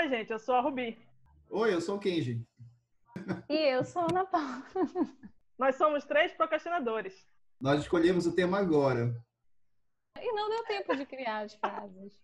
Oi, gente, eu sou a Rubi. Oi, eu sou o Kenji. E eu sou a Ana Paula. Nós somos 3 procrastinadores. Nós escolhemos o tema agora. E não deu tempo de criar as frases.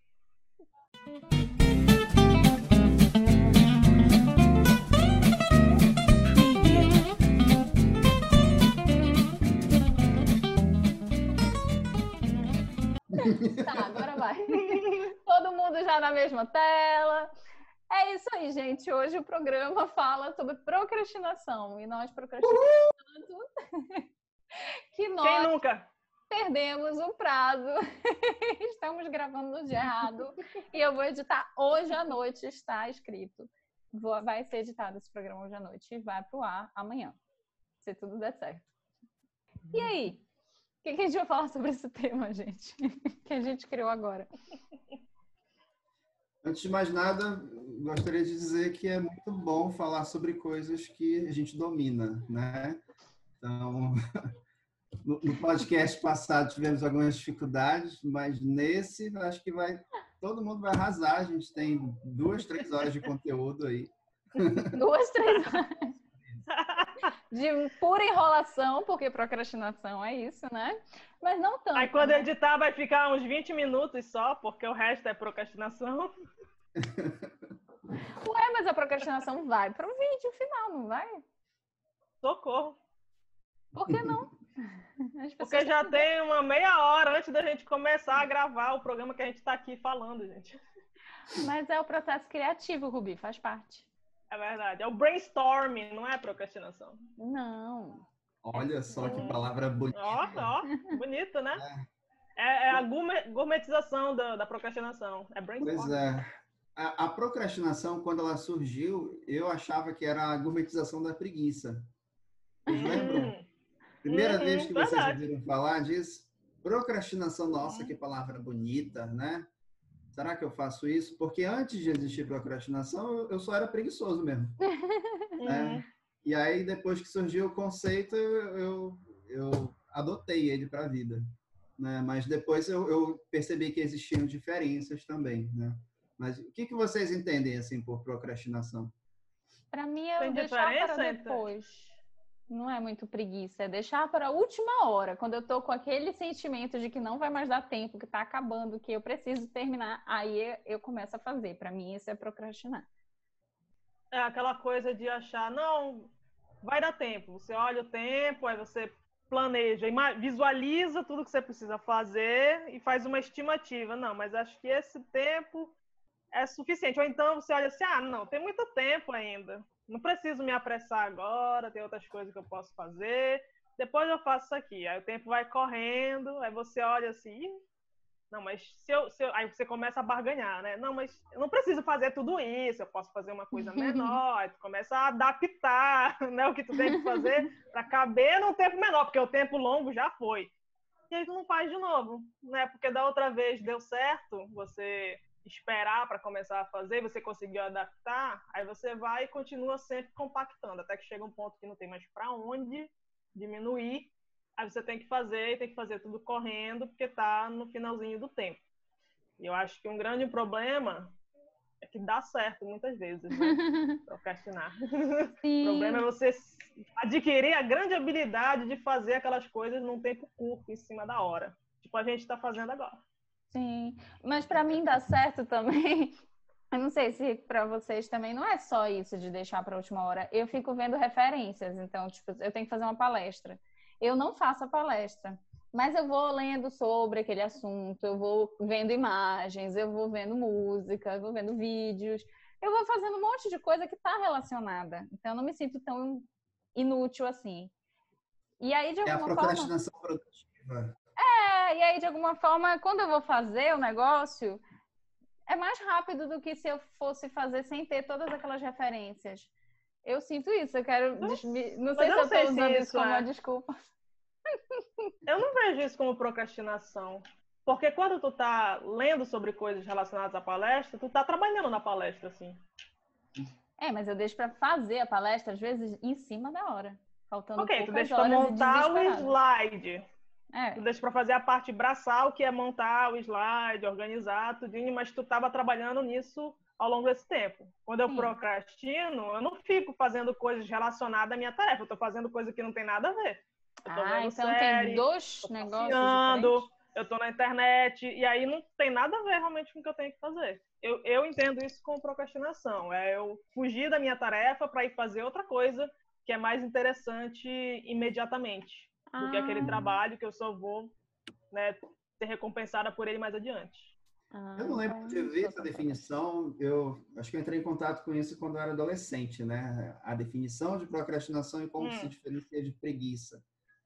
Tá, agora vai. Todo mundo já na mesma tela. É isso aí, gente. Hoje o programa fala sobre procrastinação. E nós procrastinamos tanto que nós Quem nunca? perdemos o prazo. Estamos gravando no dia errado. E eu vou editar hoje à noite, está escrito. Vai ser editado esse programa hoje à noite e vai pro ar amanhã, se tudo der certo. E aí? O que a gente vai falar sobre esse tema, gente? Que a gente criou agora. Antes de mais nada, gostaria de dizer que é muito bom falar sobre coisas que a gente domina, né? Então, no podcast passado tivemos algumas dificuldades, mas nesse acho que todo mundo vai arrasar. A gente tem 2, 3 horas de conteúdo aí. 2, 3 horas. De pura enrolação, porque procrastinação é isso, né? Mas não tanto. Aí quando editar vai ficar uns 20 minutos só, porque o resto é procrastinação. Ué, mas a procrastinação vai pro vídeo final, não vai? Socorro. Por que não? Porque já tem uma meia hora antes da gente começar a gravar o programa que a gente está aqui falando, gente. Mas é o processo criativo, Rubi, faz parte. É verdade. É o brainstorming, não é procrastinação. Não. Olha só que palavra bonita. Ó, bonito, né? É a gourmetização da procrastinação. É brainstorming. Pois é. A procrastinação, quando ela surgiu, eu achava que era a gourmetização da preguiça. Vocês lembram? Primeira vez que vocês ouviram falar disso? Procrastinação, nossa, que palavra bonita, né? Será que eu faço isso? Porque antes de existir procrastinação, eu só era preguiçoso mesmo. Né? E aí, depois que surgiu o conceito, eu adotei ele para a vida. Né? Mas depois eu percebi que existiam diferenças também. Né? Mas o que vocês entendem assim por procrastinação? Para mim, é deixar para depois. Não é muito preguiça, é deixar para a última hora, quando eu tô com aquele sentimento de que não vai mais dar tempo, que tá acabando, que eu preciso terminar, aí eu começo a fazer. Para mim, isso é procrastinar. É aquela coisa de achar, não, vai dar tempo. Você olha o tempo, aí você planeja, visualiza tudo que você precisa fazer e faz uma estimativa. Não, mas acho que esse tempo é suficiente. Ou então você olha assim, não, tem muito tempo ainda. Não preciso me apressar agora, tem outras coisas que eu posso fazer. Depois eu faço isso aqui. Aí o tempo vai correndo, aí você olha assim, não, mas aí você começa a barganhar, né? Não, mas eu não preciso fazer tudo isso, eu posso fazer uma coisa menor. Aí tu começa a adaptar, né, o que tu tem que fazer para caber num tempo menor, porque o tempo longo já foi. E aí tu não faz de novo, né? Porque da outra vez deu certo, você esperar para começar a fazer, você conseguiu adaptar, aí você vai e continua sempre compactando, até que chega um ponto que não tem mais para onde diminuir, aí você tem que fazer tudo correndo, porque está no finalzinho do tempo. E eu acho que um grande problema é que dá certo muitas vezes, né? Procrastinar. O problema é você adquirir a grande habilidade de fazer aquelas coisas num tempo curto, em cima da hora. Tipo a gente está fazendo agora. Sim, mas para mim dá certo também. Eu não sei se para vocês também não é só isso de deixar para a última hora. Eu fico vendo referências, então, tipo, eu tenho que fazer uma palestra. Eu não faço a palestra, mas eu vou lendo sobre aquele assunto, eu vou vendo imagens, eu vou vendo música, eu vou vendo vídeos, eu vou fazendo um monte de coisa que está relacionada. Então, eu não me sinto tão inútil assim. E aí, de alguma forma... É a procrastinação produtiva. E aí, de alguma forma, quando eu vou fazer o negócio, é mais rápido do que se eu fosse fazer sem ter todas aquelas referências. Eu sinto isso, eu quero... Não sei se eu estou usando isso como uma desculpa. Eu não vejo isso como procrastinação. Porque quando tu tá lendo sobre coisas relacionadas à palestra, tu tá trabalhando na palestra, assim. Mas eu deixo para fazer a palestra, às vezes, em cima da hora. Faltando poucas horas. Tu deixa para montar o slide. Tu deixa para fazer a parte braçal, que é montar o slide, organizar tudinho, mas tu estava trabalhando nisso ao longo desse tempo. Quando eu procrastino, eu não fico fazendo coisas relacionadas à minha tarefa. Eu estou fazendo coisa que não tem nada a ver. Eu tô vendo então série, tem dois tô negócios passeando, diferentes? eu tô na internet, e aí não tem nada a ver realmente com o que eu tenho que fazer. Eu entendo isso como procrastinação. É eu fugir da minha tarefa para ir fazer outra coisa que é mais interessante imediatamente do que aquele trabalho que eu só vou, né, ser recompensada por ele mais adiante. Eu não lembro de ver essa definição, eu acho que eu entrei em contato com isso quando eu era adolescente, né? A definição de procrastinação e como se diferencia de preguiça.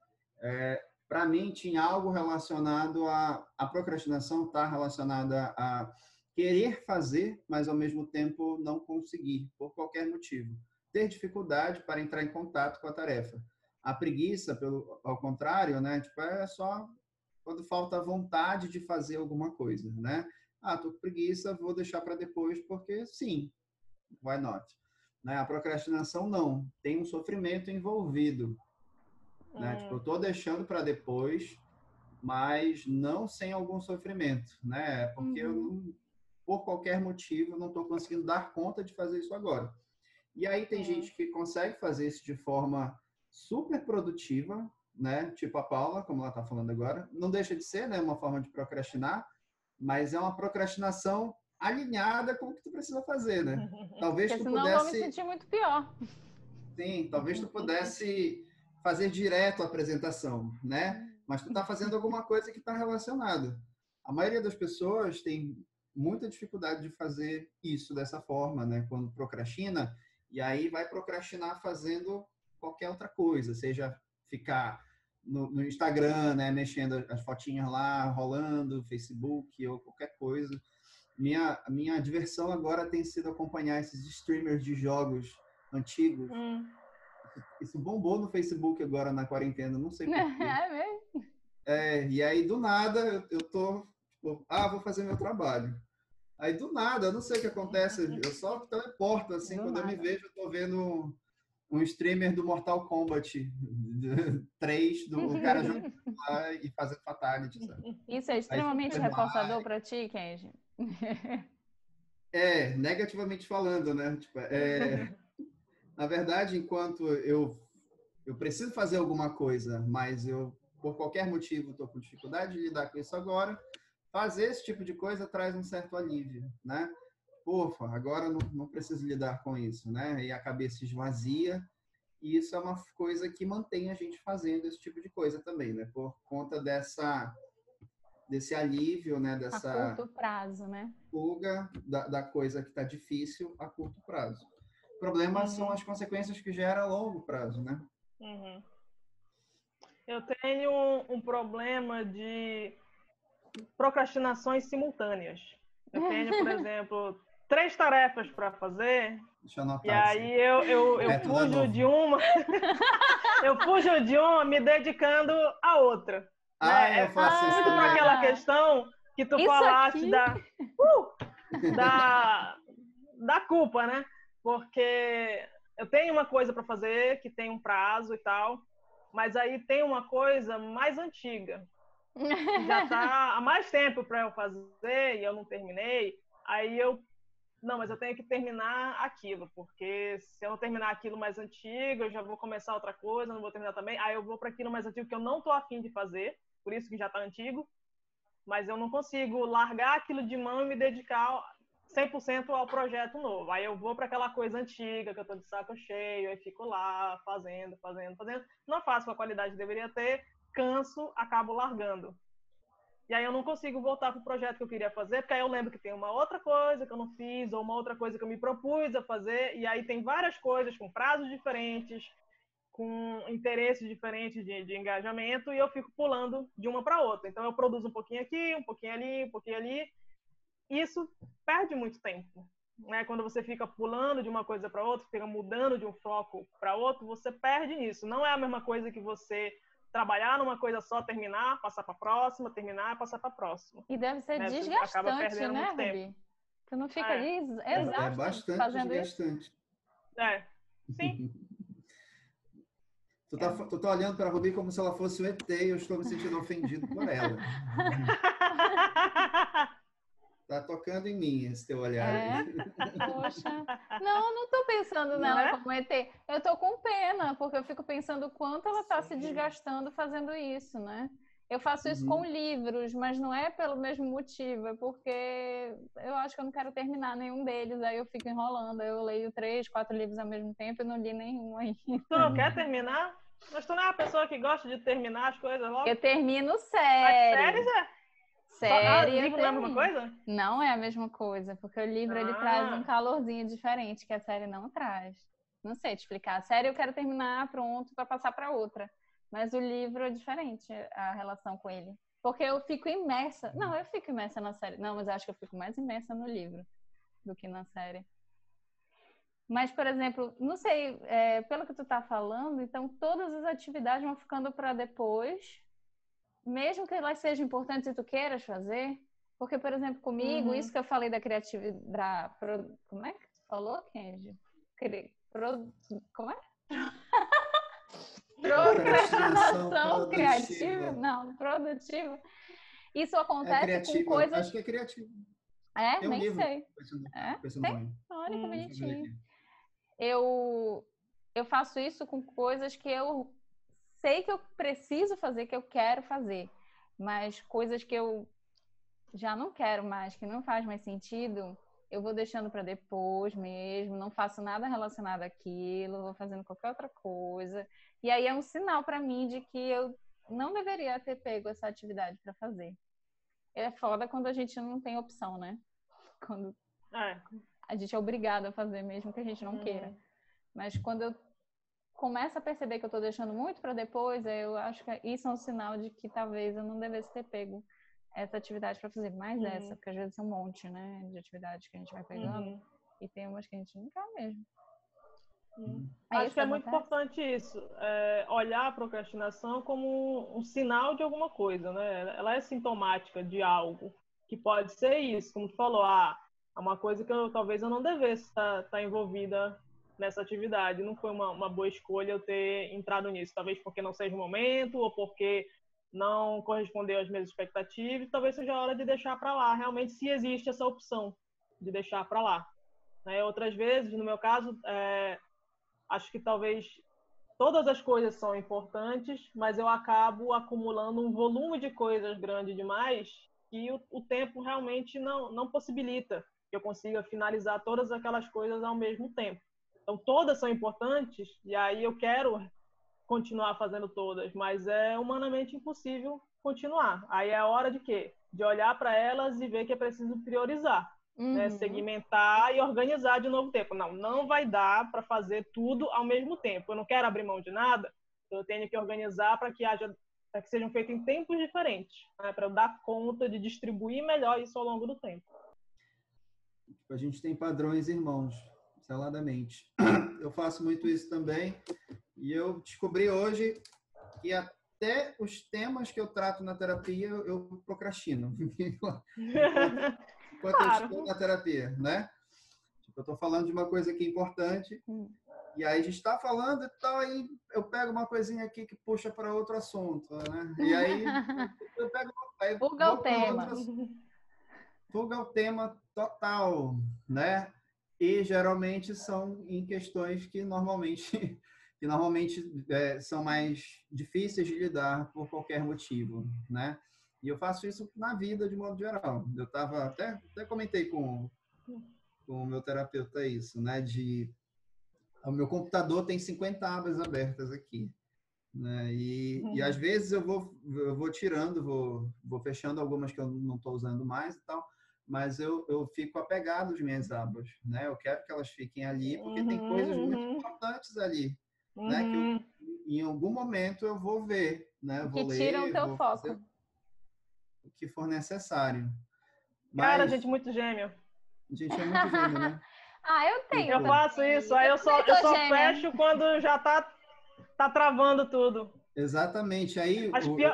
Para mim, tinha algo relacionado a procrastinação está relacionada a querer fazer, mas ao mesmo tempo não conseguir, por qualquer motivo. Ter dificuldade para entrar em contato com a tarefa. A preguiça, ao contrário, né? Tipo, é só quando falta vontade de fazer alguma coisa, né? Tô com preguiça, vou deixar para depois, porque sim, why not? Né? A procrastinação não, tem um sofrimento envolvido. Né? Tipo, eu estou deixando para depois, mas não sem algum sofrimento, né? Porque eu não, por qualquer motivo, não estou conseguindo dar conta de fazer isso agora. E aí tem gente que consegue fazer isso de forma super produtiva, né? Tipo a Paula, como ela está falando agora. Não deixa de ser, né, uma forma de procrastinar, mas é uma procrastinação alinhada com o que tu precisa fazer, né? Talvez porque tu senão pudesse... eu vou me sentir muito pior. Sim, talvez tu pudesse fazer direto a apresentação, né? Mas tu está fazendo alguma coisa que está relacionada. A maioria das pessoas tem muita dificuldade de fazer isso dessa forma, né? Quando procrastina, e aí vai procrastinar fazendo qualquer outra coisa, seja ficar no Instagram, né? Mexendo as fotinhas lá, rolando, Facebook ou qualquer coisa. Minha diversão agora tem sido acompanhar esses streamers de jogos antigos. Isso bombou no Facebook agora na quarentena, não sei porquê. É mesmo? E aí do nada eu tô, tipo, vou fazer meu trabalho. Aí do nada, eu não sei o que acontece, eu só teleporto, assim, quando eu me vejo, eu tô vendo um streamer do Mortal Kombat 3, do cara jogando lá e fazendo fatality, sabe? Isso é extremamente reforçador para ti, Kenji? Negativamente falando, né? Tipo, na verdade, enquanto eu preciso fazer alguma coisa, mas eu, por qualquer motivo, estou com dificuldade de lidar com isso agora, fazer esse tipo de coisa traz um certo alívio, né? Poxa, agora não preciso lidar com isso, né? E a cabeça esvazia, e isso é uma coisa que mantém a gente fazendo esse tipo de coisa também, né? Por conta desse alívio, né? Dessa a curto prazo, né? Fuga da coisa que está difícil a curto prazo. O problema são as consequências que gera a longo prazo, né? Eu tenho um problema de procrastinações simultâneas. Eu tenho, por exemplo, 3 tarefas para fazer. Deixa eu anotar. E aí eu fujo de uma, eu fujo de uma me dedicando à outra. Eu faço isso para aquela questão que tu falaste da culpa, né? Porque eu tenho uma coisa para fazer que tem um prazo e tal, mas aí tem uma coisa mais antiga, que já está há mais tempo para eu fazer e eu não terminei. Aí mas eu tenho que terminar aquilo, porque se eu não terminar aquilo mais antigo, eu já vou começar outra coisa, não vou terminar também. Aí eu vou para aquilo mais antigo que eu não estou afim de fazer, por isso que já está antigo, mas eu não consigo largar aquilo de mão e me dedicar 100% ao projeto novo. Aí eu vou para aquela coisa antiga, que eu estou de saco cheio, aí fico lá fazendo. Não faço com a qualidade que deveria ter, canso, acabo largando. E aí eu não consigo voltar para o projeto que eu queria fazer, porque aí eu lembro que tem uma outra coisa que eu não fiz, ou uma outra coisa que eu me propus a fazer, e aí tem várias coisas com prazos diferentes, com interesses diferentes de engajamento, e eu fico pulando de uma para outra. Então eu produzo um pouquinho aqui, um pouquinho ali, um pouquinho ali. Isso perde muito tempo. Né? Quando você fica pulando de uma coisa para outra, fica mudando de um foco para outro, você perde nisso. Não é a mesma coisa que você trabalhar numa coisa só, terminar, passar para a próxima, terminar, passar para a próxima. E deve ser desgastante, né, Rubi? Tu não fica ali exausto é bastante fazendo desgastante. Isso? Sim. Tu tá olhando para a Rubi como se ela fosse o ET e eu estou me sentindo ofendido por ela. Tá tocando em mim esse teu olhar aí. Poxa. Não tô pensando nela como ET. Eu tô com pena, porque eu fico pensando o quanto ela tá se desgastando fazendo isso, né? Eu faço isso com livros, mas não é pelo mesmo motivo, é porque eu acho que eu não quero terminar nenhum deles, aí eu fico enrolando, aí eu leio 3, 4 livros ao mesmo tempo e não li nenhum ainda. Tu não quer terminar? Mas tu não é uma pessoa que gosta de terminar as coisas logo? Eu termino As série. séries Série, livro não é a mesma coisa? Não é a mesma coisa, porque o livro ele traz um calorzinho diferente que a série não traz. Não sei te explicar. A série eu quero terminar, pronto, para passar para outra. Mas o livro é diferente, a relação com ele. Porque eu fico imersa. Não, eu fico imersa na série. Não, mas eu acho que eu fico mais imersa no livro do que na série. Mas, por exemplo, não sei, pelo que tu tá falando, então todas as atividades vão ficando para depois, mesmo que elas sejam importantes e tu queiras fazer. Porque, por exemplo, comigo, isso que eu falei da criatividade... Como é que tu falou, Kenji? Como é? Procrastinação criativa. Não, produtiva. Isso acontece com coisas... Acho que é criativo. Tem nem livro, sei. Tem? Olha que bonitinho. Eu faço isso com coisas que eu sei que eu preciso fazer, que eu quero fazer. Mas coisas que eu já não quero mais, que não faz mais sentido... Eu vou deixando para depois mesmo, não faço nada relacionado àquilo, vou fazendo qualquer outra coisa. E aí é um sinal para mim de que eu não deveria ter pego essa atividade para fazer. É foda quando a gente não tem opção, né? Quando a gente é obrigado a fazer mesmo que a gente não queira. Mas quando eu começo a perceber que eu tô deixando muito para depois, eu acho que isso é um sinal de que talvez eu não devesse ter pego essa atividade para fazer mais essa, porque às vezes é um monte, né, de atividades que a gente vai pegando e tem umas que a gente não quer mesmo. Acho que é muito importante isso, olhar a procrastinação como um sinal de alguma coisa, né? Ela é sintomática de algo, que pode ser isso, como tu falou, é uma coisa que talvez eu não devesse estar envolvida nessa atividade, não foi uma boa escolha eu ter entrado nisso, talvez porque não seja o momento, ou porque não correspondeu às minhas expectativas, talvez seja a hora de deixar para lá, realmente, se existe essa opção de deixar para lá. Outras vezes, no meu caso, acho que talvez todas as coisas são importantes, mas eu acabo acumulando um volume de coisas grande demais que o tempo realmente não possibilita que eu consiga finalizar todas aquelas coisas ao mesmo tempo. Então, todas são importantes, e aí eu quero continuar fazendo todas, mas é humanamente impossível continuar. Aí é a hora de quê? De olhar para elas e ver que é preciso priorizar, né? Segmentar e organizar de novo tempo. Não vai dar para fazer tudo ao mesmo tempo. Eu não quero abrir mão de nada, então eu tenho que organizar para que sejam feitos em tempos diferentes, né? Para eu dar conta de distribuir melhor isso ao longo do tempo. A gente tem padrões irmãos, seladamente. Eu faço muito isso também. E eu descobri hoje que até os temas que eu trato na terapia, eu procrastino. Enquanto eu estou na terapia, né? Eu estou falando de uma coisa que é importante, e aí a gente está falando e tal, aí eu pego uma coisinha aqui que puxa para outro assunto, né? E aí eu pego... Fuga o tema. Fuga o tema total, né? E geralmente são em questões que normalmente são mais difíceis de lidar por qualquer motivo, né? E eu faço isso na vida de modo geral. Eu estava até comentei com o meu terapeuta isso, né? O meu computador tem 50 abas abertas aqui, né? E às vezes eu vou tirando, vou fechando algumas que eu não estou usando mais e tal. Mas eu fico apegado às minhas abas, né? Eu quero que elas fiquem ali, porque tem coisas muito importantes ali, né? Que em algum momento eu vou ver, né? Eu vou ler, tiram o teu foco. Fazer o que for necessário. Cara, a gente é muito gêmeo. A gente é muito gêmeo, né? Eu tenho. Eu faço isso, aí eu só fecho quando já tá travando tudo. Exatamente. Aí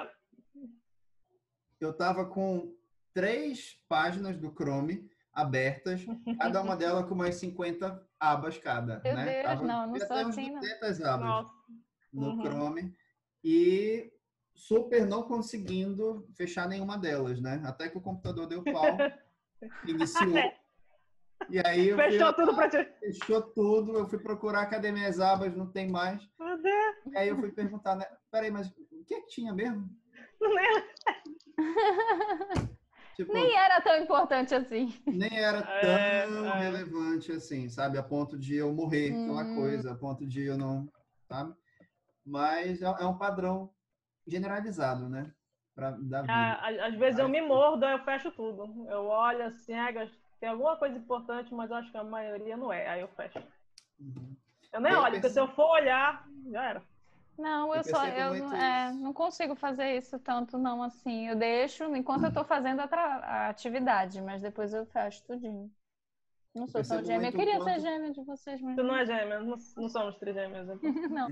eu tava com 3 páginas do Chrome abertas, cada uma delas com umas 50 abas cada. Meu né? Deus, não sou assim, não. 200 abas no Chrome e super não conseguindo fechar nenhuma delas, né? Até que o computador deu pau iniciou. E aí Fechou tudo pra ti. Fechou tudo. Eu fui procurar cadê minhas abas, não tem mais. Meu Deus. E aí eu fui perguntar, né? Peraí, mas o que é que tinha mesmo? Tipo, Nem era tão importante assim. nem era tão relevante assim, sabe? A ponto de eu morrer, aquela coisa, a ponto de eu não, sabe? Mas é um padrão generalizado, né? Da vida. Às vezes eu me mordo, aí eu fecho tudo. Eu olho assim, tem alguma coisa importante, mas eu acho que a maioria não é. Aí eu fecho. Eu nem olho, porque se eu for olhar, já era. Não, eu não consigo fazer isso tanto não assim. Eu deixo enquanto eu tô fazendo a atividade, mas depois eu fecho tudinho. Não sou tão gêmea. Eu queria ser gêmea de vocês, mas... Tu não é gêmea, não somos trigêmeas. Então. Não.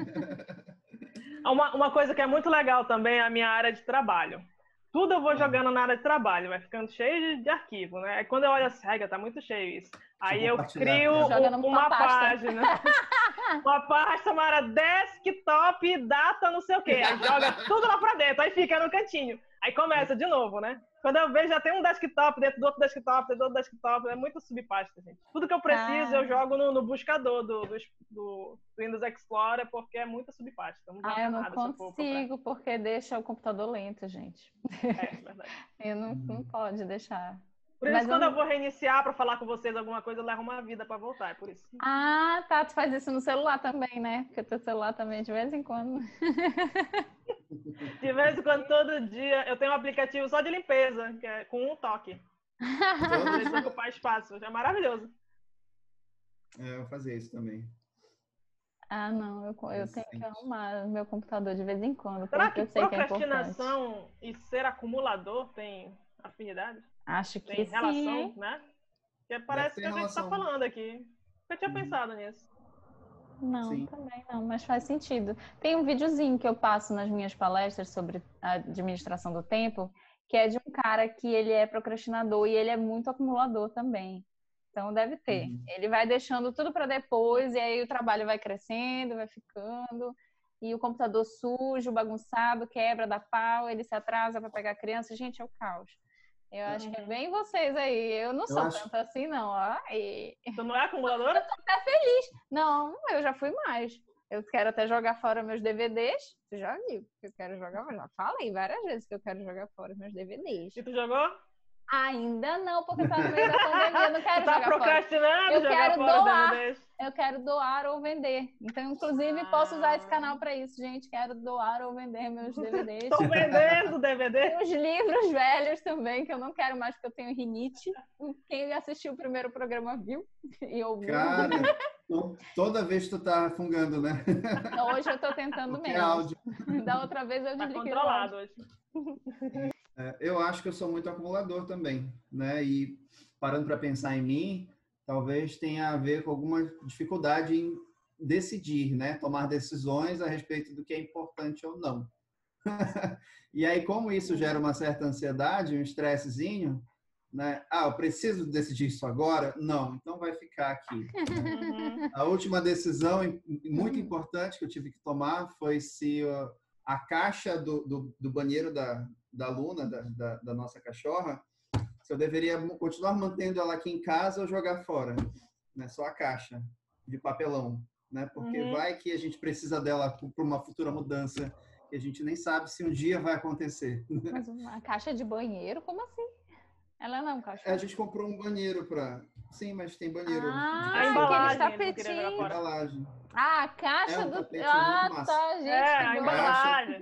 Uma coisa que é muito legal também é a minha área de trabalho. Tudo eu vou jogando na área de trabalho, vai ficando cheio de arquivo, né? Aí quando eu olho assim, tá muito cheio isso. Aí eu crio uma página. Uma pasta chamada desktop e data não sei o quê. Aí joga tudo lá pra dentro, aí fica no cantinho. Aí começa de novo, né? Quando eu vejo, já tem um desktop dentro do outro desktop, dentro do outro desktop. É muito subpasta, gente. Tudo que eu preciso, eu jogo no buscador do Windows Explorer, porque é muita subpasta. Eu não consigo, porque deixa o computador lento, gente. É verdade. Eu não pode deixar. Por isso, quando eu vou reiniciar para falar com vocês alguma coisa, eu levo uma vida para voltar, é por isso. Ah, tá. Tu faz isso no celular também, né? Porque teu celular também, de vez em quando. De vez em quando, todo dia, eu tenho um aplicativo só de limpeza, que é com um toque. Não precisa ocupar espaço, é maravilhoso. Eu vou fazer isso também. Ah, não, eu tenho que arrumar meu computador de vez em quando. Será que eu sei procrastinação e ser acumulador tem afinidade? Acho que tem relação, sim, né? Porque parece que a gente está falando aqui. Eu tinha pensado nisso. Não, sim. Também não, mas faz sentido. Tem um videozinho que eu passo nas minhas palestras sobre a administração do tempo, que é de um cara que ele é procrastinador e ele é muito acumulador também. Então deve ter. Ele vai deixando tudo para depois e aí o trabalho vai crescendo, vai ficando e o computador sujo, bagunçado, quebra, dá pau, ele se atrasa para pegar a criança. Gente, é o caos. Eu acho que é bem vocês aí. Eu não sou tanto assim, não. Tu não é acumuladora? Eu tô até feliz. Não, eu já fui mais. Eu quero até jogar fora meus DVDs. Tu já viu que eu quero jogar fora. Já falei várias vezes que eu quero jogar fora meus DVDs. E tu jogou? Ainda não, porque tá no meio da pandemia. Eu não quero jogar procrastinando fora. Eu quero doar. Eu quero doar ou vender. Então, inclusive, posso usar esse canal para isso, gente. Quero doar ou vender meus DVDs. Tô vendendo DVD. Os livros velhos também, que eu não quero mais porque eu tenho rinite. Quem assistiu o primeiro programa viu e ouviu. Cara, toda vez tu tá fungando, né? Hoje eu tô tentando menos. Da outra vez eu desliguei. Tá controlado hoje. Eu acho que eu sou muito acumulador também, né? E parando para pensar em mim, talvez tenha a ver com alguma dificuldade em decidir, né? Tomar decisões a respeito do que é importante ou não. E aí, como isso gera uma certa ansiedade, um estressezinho, né? Eu preciso decidir isso agora? Não, então vai ficar aqui. Né? A última decisão muito importante que eu tive que tomar foi se a caixa do banheiro da Luna, da nossa cachorra, se eu deveria continuar mantendo ela aqui em casa ou jogar fora, né? Só a caixa de papelão, né? Porque vai que a gente precisa dela para uma futura mudança que a gente nem sabe se um dia vai acontecer. Mas uma caixa de banheiro? Como assim? Ela não é um cachorro. A gente comprou um banheiro para... Sim, mas tem banheiro. A embalagem. A embalagem. A caixa do... tá, gente. A embalagem.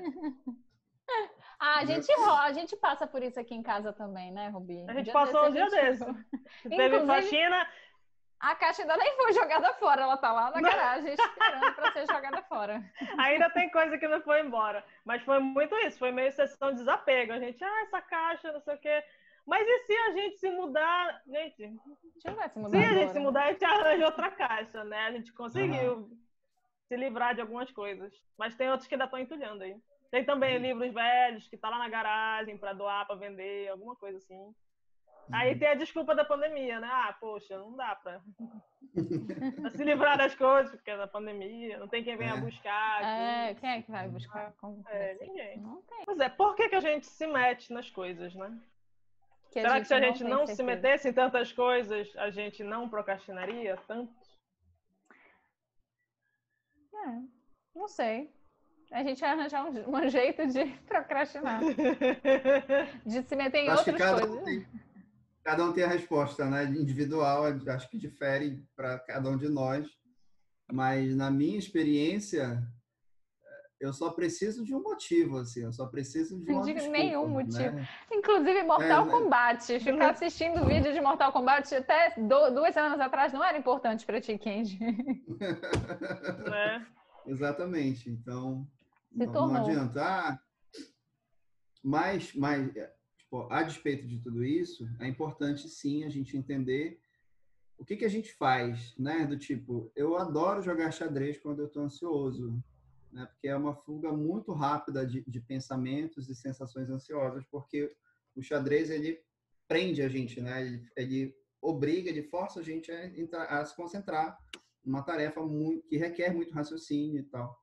A gente passa por isso aqui em casa também, né, Rubi? A gente passou um dia desse. Teve faxina. A caixa ainda nem foi jogada fora, ela tá lá na garagem esperando para ser jogada fora. Ainda tem coisa que não foi embora. Mas foi muito isso, foi meio sessão de desapego. A gente, essa caixa, não sei o quê. Mas e se a gente se mudar? Gente, se a gente se mudar, a gente arranja outra caixa, né? A gente conseguiu se livrar de algumas coisas. Mas tem outros que ainda estão entulhando aí. Tem também livros velhos que tá lá na garagem para doar, para vender, alguma coisa assim. Aí tem a desculpa da pandemia, né? Poxa, não dá para se livrar das coisas, porque é da pandemia, não tem quem venha buscar. Aqui. Quem é que vai buscar? Ninguém. Não tem. Pois é, por que a gente se mete nas coisas, né? que Será que se a gente tem não se certeza. metesse em tantas coisas, a gente não procrastinaria tanto? Não sei. A gente vai arranjar um jeito de procrastinar. De se meter em Eu acho que outras coisas. cada um tem a resposta, né? Individual, acho que difere para cada um de nós. Mas na minha experiência, eu só preciso de um motivo, assim. Eu só preciso de uma De desculpa, nenhum motivo. né? Inclusive, Mortal Kombat. Ficar assistindo vídeo de Mortal Kombat até 2 semanas atrás não era importante para ti, Kenji. Né? Exatamente. Então, Se não tornou. adianta. Mas tipo, a despeito de tudo isso, é importante sim a gente entender o que a gente faz, né? Do tipo, eu adoro jogar xadrez quando eu estou ansioso, né? Porque é uma fuga muito rápida de pensamentos e sensações ansiosas, porque o xadrez, ele prende a gente, né? Ele obriga, ele força a gente a se concentrar numa tarefa que requer muito raciocínio e tal.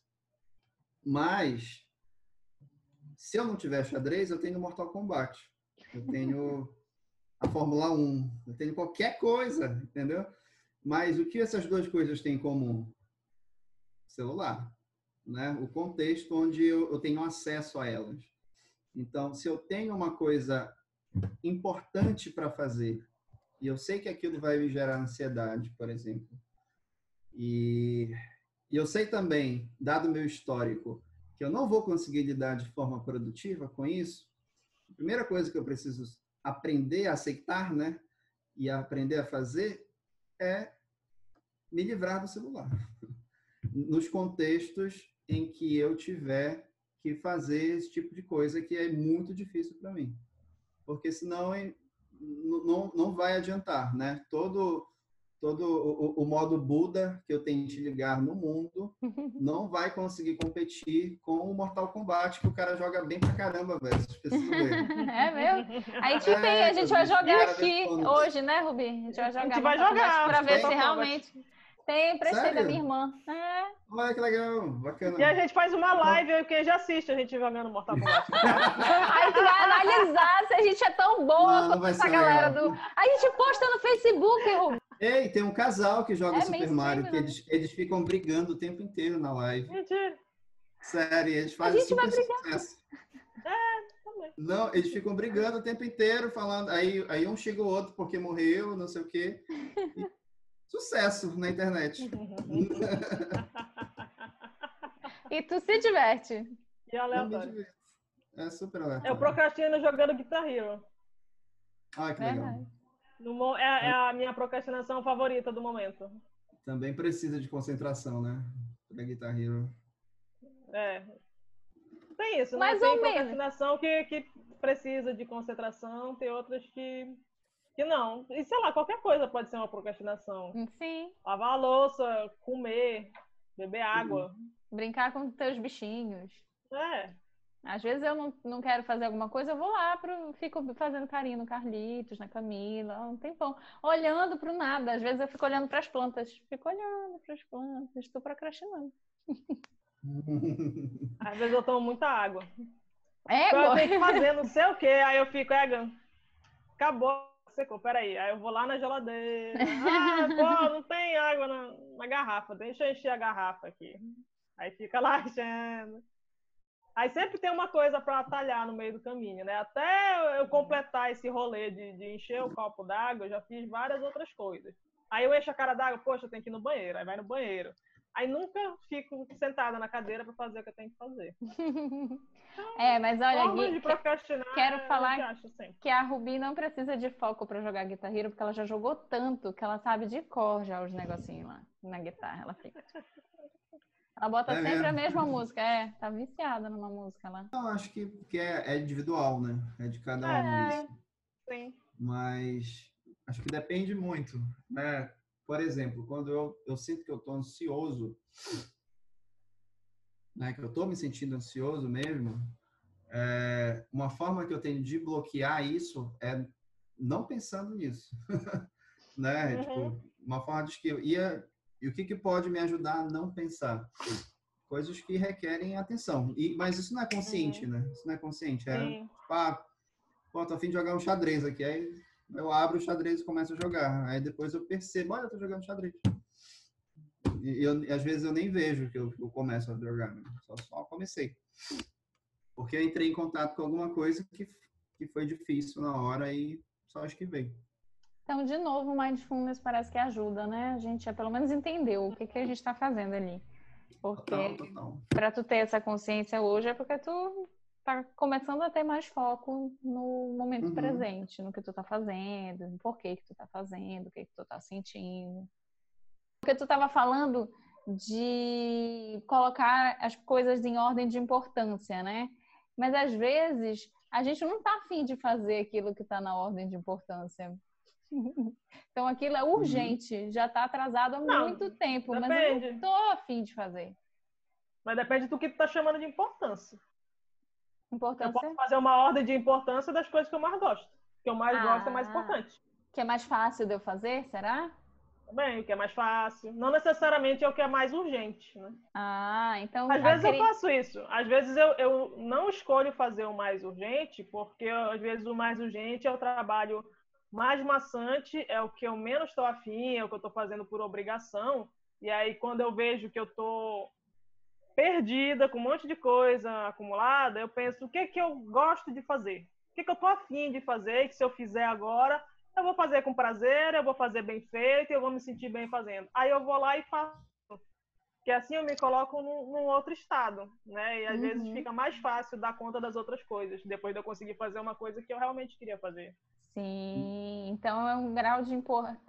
Mas, se eu não tiver xadrez, eu tenho Mortal Kombat. Eu tenho a Fórmula 1. Eu tenho qualquer coisa, entendeu? Mas o que essas duas coisas têm em comum? Celular, né? O contexto onde eu tenho acesso a elas. Então, se eu tenho uma coisa importante para fazer e eu sei que aquilo vai me gerar ansiedade, por exemplo, e eu sei também, dado o meu histórico, que eu não vou conseguir lidar de forma produtiva com isso, a primeira coisa que eu preciso aprender a aceitar, né? E aprender a fazer é me livrar do celular. Nos contextos em que eu tiver que fazer esse tipo de coisa que é muito difícil para mim. Porque senão não vai adiantar, né? Todo o modo Buda que eu tente ligar no mundo não vai conseguir competir com o Mortal Kombat, que o cara joga bem pra caramba, velho. Vocês precisam ver. É mesmo? A gente vai jogar aqui hoje, né, Rubi? A gente vai jogar. A gente vai jogar para ver se Mortal realmente tem. Emprestei da Sério? minha irmã. Olha que legal, bacana. E a gente faz uma live e quem já assiste a gente jogando Mortal Kombat. A gente vai analisar se a gente é tão boa quanto essa galera legal. A gente posta no Facebook, Rubi. Ei, tem um casal que joga Super Mario, que né? eles ficam brigando o tempo inteiro na live. Mentira. Sério, eles fazem super sucesso. Também. Não, eles ficam brigando o tempo inteiro, falando. Aí um chega o outro porque morreu, não sei o quê. E sucesso na internet. E tu se diverte. E aleatório. É super aleatório. Eu procrastino jogando Guitar Hero. Ah, que legal. É a minha procrastinação favorita do momento. Também precisa de concentração, né? Pra Guitar Hero. É. Tem isso, né? Mais Tem ou menos. procrastinação que precisa de concentração, tem outras que não. E sei lá, qualquer coisa pode ser uma procrastinação. Sim. Lavar a louça, comer, beber água. Brincar com teus bichinhos. É. Às vezes eu não quero fazer alguma coisa, eu vou lá, fico fazendo carinho no Carlitos, na Camila, um tempão, olhando para o nada. Às vezes eu fico olhando para as plantas. Fico olhando para as plantas, estou procrastinando. Às vezes eu tomo muita água. Eu tenho que fazer não sei o quê, aí eu fico, acabou, secou, peraí. Aí eu vou lá na geladeira. Pô, não tem água na garrafa, deixa eu encher a garrafa aqui. Aí fica lá enchendo. Aí sempre tem uma coisa para atalhar no meio do caminho, né? Até eu completar esse rolê de encher o copo d'água, eu já fiz várias outras coisas. Aí eu encho a cara d'água, poxa, eu tenho que ir no banheiro. Aí vai no banheiro. Aí nunca fico sentada na cadeira para fazer o que eu tenho que fazer. Mas olha, Gui, quero falar que a Rubi não precisa de foco para jogar Guitar Hero, porque ela já jogou tanto que ela sabe de cor já os negocinhos lá na guitarra. Ela fica... Ela bota sempre a mesma música. Tá viciada numa música lá. Não, acho que é individual, né? É de cada um isso. Sim. Mas acho que depende muito, né? Por exemplo, quando eu sinto que eu estou ansioso, né? Que eu estou me sentindo ansioso mesmo, uma forma que eu tenho de bloquear isso é não pensando nisso, né? Tipo, uma forma de que e o que pode me ajudar a não pensar? Coisas que requerem atenção. Mas isso não é consciente, né? Isso não é consciente. pô, tô a fim de jogar um xadrez aqui. Aí eu abro o xadrez e começo a jogar. Aí depois eu percebo, olha, eu tô jogando xadrez. Às vezes eu nem vejo que eu começo a jogar, né? Só comecei. Porque eu entrei em contato com alguma coisa que foi difícil na hora e só esquivei. Então, de novo, o mindfulness parece que ajuda, né? A gente pelo menos entendeu o que a gente está fazendo ali. Porque Total. para tu ter essa consciência hoje é porque tu tá começando a ter mais foco no momento presente, no que tu tá fazendo, no porquê que tu tá fazendo, o que tu tá sentindo. Porque tu tava falando de colocar as coisas em ordem de importância, né? Mas às vezes a gente não tá afim de fazer aquilo que tá na ordem de importância. Então aquilo é urgente, já está atrasado há muito tempo, mas eu não estou afim de fazer. Mas depende do que tu tá chamando de importância. Importância? Eu posso fazer uma ordem de importância das coisas que eu mais gosto. O que eu mais gosto é mais importante. Que é mais fácil de eu fazer, será? Também, o que é mais fácil. Não necessariamente é o que é mais urgente, né? Então... Às vezes eu faço isso. Às vezes eu não escolho fazer o mais urgente, porque às vezes o mais urgente é o trabalho mais maçante, é o que eu menos estou afim, é o que eu estou fazendo por obrigação. E aí, quando eu vejo que eu estou perdida, com um monte de coisa acumulada, eu penso, o que que eu gosto de fazer? O que que eu estou afim de fazer e que se eu fizer agora, eu vou fazer com prazer, eu vou fazer bem feito, eu vou me sentir bem fazendo. Aí eu vou lá e faço. Porque assim eu me coloco num outro estado, né? E às vezes fica mais fácil dar conta das outras coisas, depois de eu conseguir fazer uma coisa que eu realmente queria fazer. Sim, então é um grau de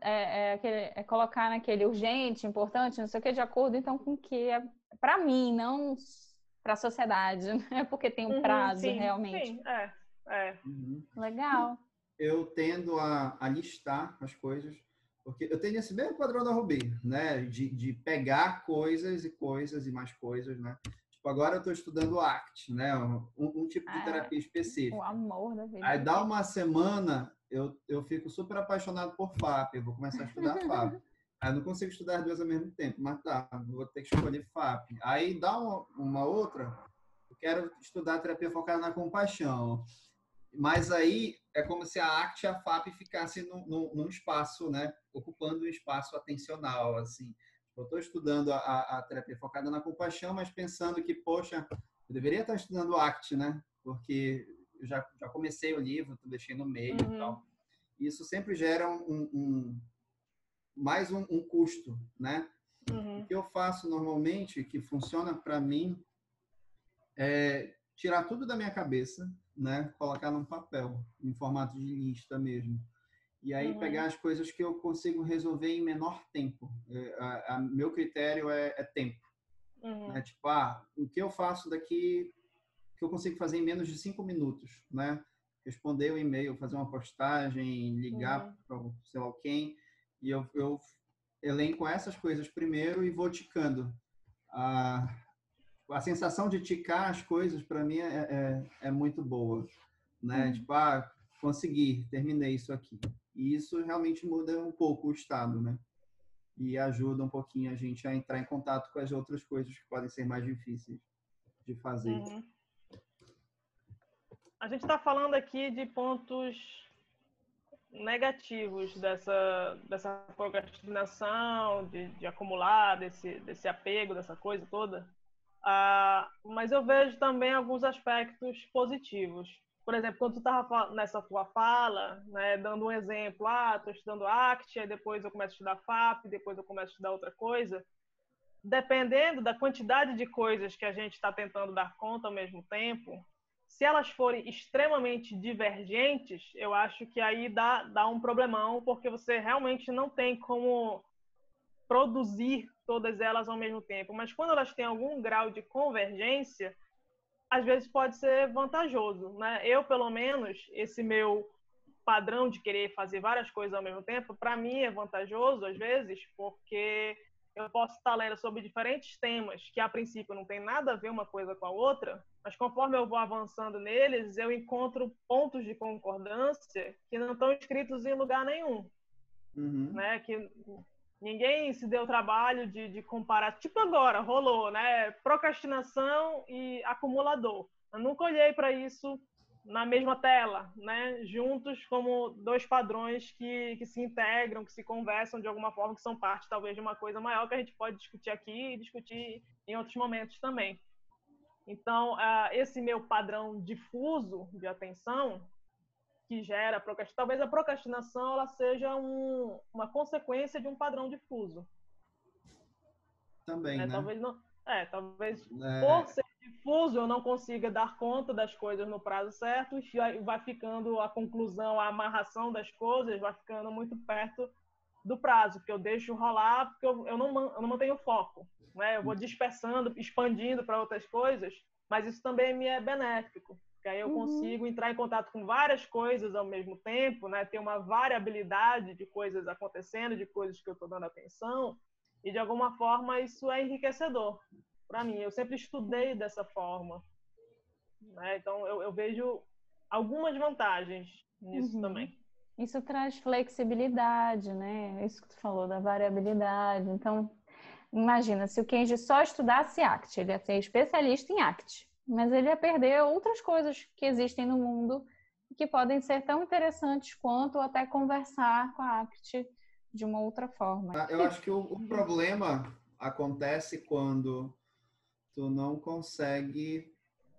colocar naquele urgente, importante, não sei o que, de acordo então com o que é para mim, não para a sociedade, né? Porque tem um prazo sim, realmente. Sim, é. Legal. Eu tendo a listar as coisas, porque eu tenho esse mesmo padrão da Rubi, né? De pegar coisas e coisas e mais coisas, né? Tipo, agora eu estou estudando ACT, né? Um tipo de terapia específica. O amor da vida. Aí dá uma semana, eu fico super apaixonado por FAP, eu vou começar a estudar FAP. Aí eu não consigo estudar as duas ao mesmo tempo, mas tá, vou ter que escolher FAP. Aí dá uma outra, eu quero estudar terapia focada na compaixão. Mas aí é como se a ACT e a FAP ficassem num espaço, né? Ocupando um espaço atencional, assim. Eu estou estudando a terapia focada na compaixão, mas pensando que, poxa, eu deveria estar estudando ACT, né? Porque eu já comecei o livro, deixei no meio e tal. E isso sempre gera mais um custo, né? O que eu faço normalmente, que funciona para mim, é tirar tudo da minha cabeça, né? Colocar num papel, em formato de lista mesmo. E aí pegar as coisas que eu consigo resolver em menor tempo. Meu critério é tempo. Né? Tipo, o que eu faço daqui que eu consigo fazer em menos de 5 minutos, né? Responder o e-mail, fazer uma postagem, ligar para sei lá quem, e eu elenco essas coisas primeiro e vou ticando. A sensação de ticar as coisas, para mim, é muito boa. Né? Tipo, consegui, terminei isso aqui. E isso realmente muda um pouco o estado, né? E ajuda um pouquinho a gente a entrar em contato com as outras coisas que podem ser mais difíceis de fazer. A gente está falando aqui de pontos negativos dessa procrastinação, de acumular, desse apego, dessa coisa toda. Mas eu vejo também alguns aspectos positivos. Por exemplo, quando tu estava nessa tua fala, né, dando um exemplo, estou estudando ACT, aí depois eu começo a estudar FAP, depois eu começo a estudar outra coisa. Dependendo da quantidade de coisas que a gente está tentando dar conta ao mesmo tempo, se elas forem extremamente divergentes, eu acho que aí dá um problemão, porque você realmente não tem como produzir todas elas ao mesmo tempo. Mas quando elas têm algum grau de convergência, às vezes pode ser vantajoso, né? Eu, pelo menos, esse meu padrão de querer fazer várias coisas ao mesmo tempo, para mim é vantajoso, às vezes, porque eu posso estar lendo sobre diferentes temas que, a princípio, não tem nada a ver uma coisa com a outra, mas conforme eu vou avançando neles, eu encontro pontos de concordância que não estão escritos em lugar nenhum. Né? Que ninguém se deu o trabalho de comparar. Tipo agora, rolou, né? Procrastinação e acumulador. Eu nunca olhei para isso na mesma tela, né? Juntos como dois padrões que se integram, que se conversam de alguma forma, que são parte talvez de uma coisa maior que a gente pode discutir aqui e discutir em outros momentos também. Então, esse meu padrão difuso de atenção que gera procrastinação, talvez a procrastinação ela seja uma consequência de um padrão difuso. Também, né? Talvez não, talvez por ser difuso eu não consiga dar conta das coisas no prazo certo e vai ficando a conclusão, a amarração das coisas vai ficando muito perto do prazo, porque eu deixo rolar, porque eu não mantenho foco, né? Eu vou dispersando, expandindo para outras coisas, mas isso também me é benéfico, porque aí eu consigo entrar em contato com várias coisas ao mesmo tempo, né? Ter uma variabilidade de coisas acontecendo, de coisas que eu estou dando atenção, e de alguma forma isso é enriquecedor para mim. Eu sempre estudei dessa forma, né? Então eu vejo algumas vantagens nisso também. Isso traz flexibilidade, né? Isso que tu falou da variabilidade. Então, imagina, se o Kenji só estudasse ACT, ele ia ser especialista em ACT, mas ele ia perder outras coisas que existem no mundo que podem ser tão interessantes quanto até conversar com a ACT de uma outra forma. Eu acho que o problema acontece quando tu não consegue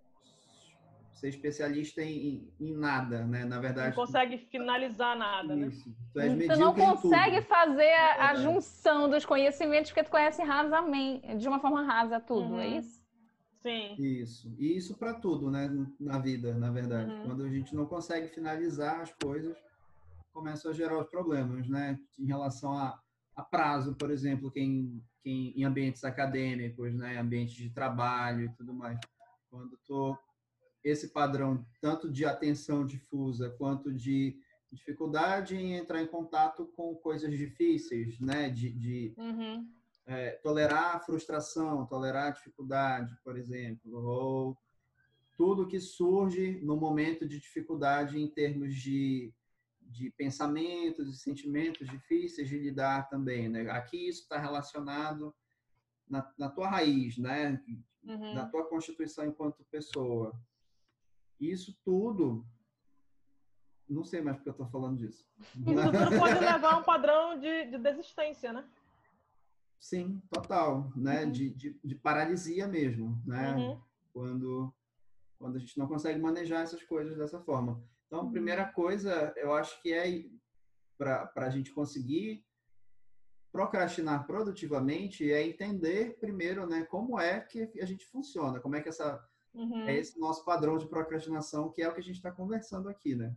ser especialista em nada, né? Na verdade, não consegue finalizar nada, isso. Né? Tu és tu não consegue fazer a É. junção dos conhecimentos porque tu conhece rasamente, de uma forma rasa tudo, é isso? Sim. Isso. E isso para tudo, né? Na vida, na verdade. Quando a gente não consegue finalizar as coisas, começam a gerar os problemas, né? Em relação a prazo, por exemplo, quem em ambientes acadêmicos, né? Ambientes de trabalho e tudo mais. Quando esse padrão, tanto de atenção difusa quanto de dificuldade em entrar em contato com coisas difíceis, né? Tolerar a frustração, tolerar a dificuldade, por exemplo, ou tudo que surge no momento de dificuldade em termos de pensamentos e sentimentos difíceis de lidar também, né? Aqui isso está relacionado na tua raiz, né? Na tua constituição enquanto pessoa. Isso tudo, não sei mais porque eu estou falando disso. Isso tudo pode levar a um padrão de desistência, né? Sim, total, né? De paralisia mesmo, né? Quando a gente não consegue manejar essas coisas dessa forma. Então, a primeira coisa, eu acho que é para a gente conseguir procrastinar produtivamente é entender primeiro, né, como é que a gente funciona, como é que é esse nosso padrão de procrastinação, que é o que a gente está conversando aqui, né?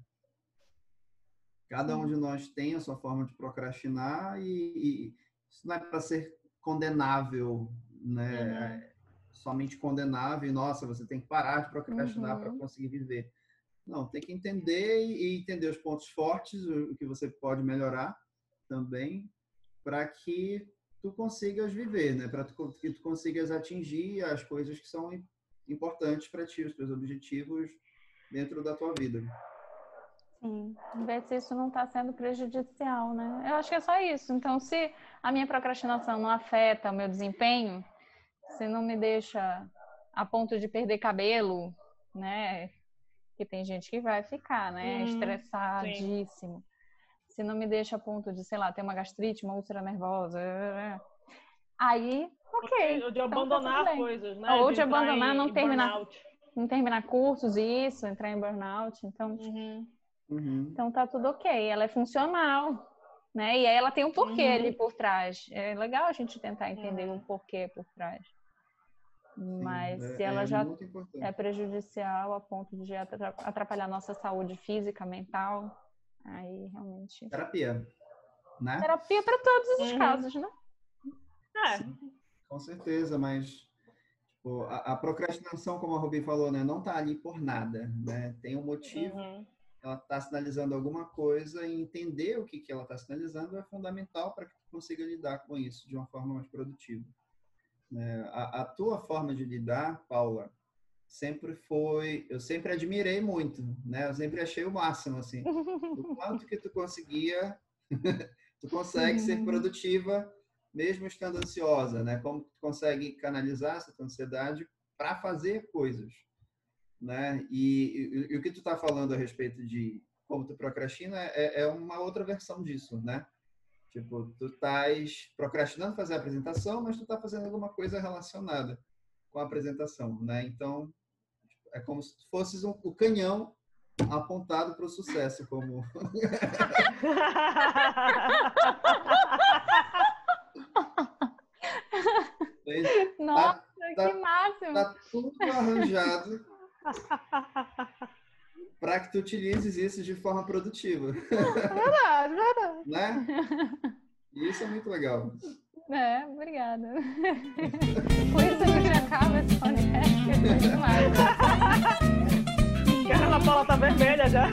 Cada um de nós tem a sua forma de procrastinar e isso não é para ser condenável, né? Somente condenável e, nossa, você tem que parar de procrastinar para conseguir viver. Não, tem que entender e entender os pontos fortes, o que você pode melhorar também, para que tu consigas viver, né? Para que tu consigas atingir as coisas que são importantes para ti, os teus objetivos dentro da tua vida. Sim, ver se isso não está sendo prejudicial, né? Eu acho que é só isso. Então, se a minha procrastinação não afeta o meu desempenho, se não me deixa a ponto de perder cabelo, né? Que tem gente que vai ficar, né? Estressadíssimo. Sim. Se não me deixa a ponto de, sei lá, ter uma gastrite, uma úlcera nervosa, aí, ok. Ou de abandonar então, coisas, né? Ou de abandonar, não terminar cursos, isso, entrar em burnout. Então, então tá tudo ok. Ela é funcional, né? E aí ela tem um porquê ali por trás. É legal a gente tentar entender o porquê por trás. Mas se ela já é prejudicial a ponto de atrapalhar nossa saúde física, mental, aí realmente... Terapia, né? Terapia para todos os casos, né? Sim, com certeza, mas tipo, a procrastinação, como a Ruby falou, né, não está ali por nada, né? Tem um motivo, ela está sinalizando alguma coisa e entender o que ela está sinalizando é fundamental para que tu consiga lidar com isso de uma forma mais produtiva. A tua forma de lidar, Paula, eu sempre admirei muito, né? Eu sempre achei o máximo, assim, o quanto que tu conseguia, tu consegue ser produtiva mesmo estando ansiosa, né? Como tu consegue canalizar essa tua ansiedade para fazer coisas, né? E o que tu está falando a respeito de como tu procrastina é uma outra versão disso, né? Tipo, tu estás procrastinando fazer a apresentação, mas tu está fazendo alguma coisa relacionada com a apresentação, né? Então, é como se tu fosses o canhão apontado para o sucesso, como... Nossa, que máximo! Tá tudo arranjado para que tu utilizes isso de forma produtiva. Verdade, verdade. Né? E isso é muito legal. Obrigada. Com isso a gente acaba esse podcast. Foi demais. A Ana Paula tá vermelha já.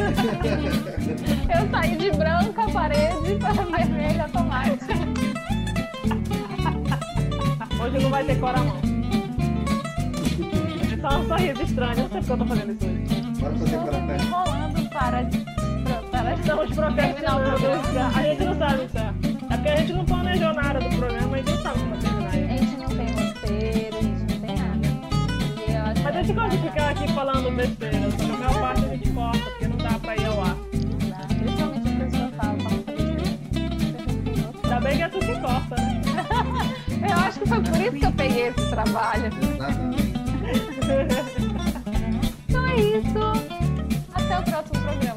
Eu saí de branca a parede para vermelha automática. Hoje não vai ter coramão. É só um sorriso estranho. Não sei porque eu tô fazendo isso hoje. Bora fazer para a festa. Enrolando para Estamos procrastinando. A gente não sabe, tá? É porque a gente não planejou nada do programa, a gente não sabe como terminar. A gente não tem roteiro, a gente não tem nada. Mas a gente gosta de ficar aqui falando besteira, só que a maior parte a gente corta, porque não dá pra ir ao ar. Principalmente as pessoas falam besteira. Ainda bem que é tu que corta, né? Eu acho que foi por isso que eu peguei esse trabalho. Exatamente. Então é isso. Até o próximo programa.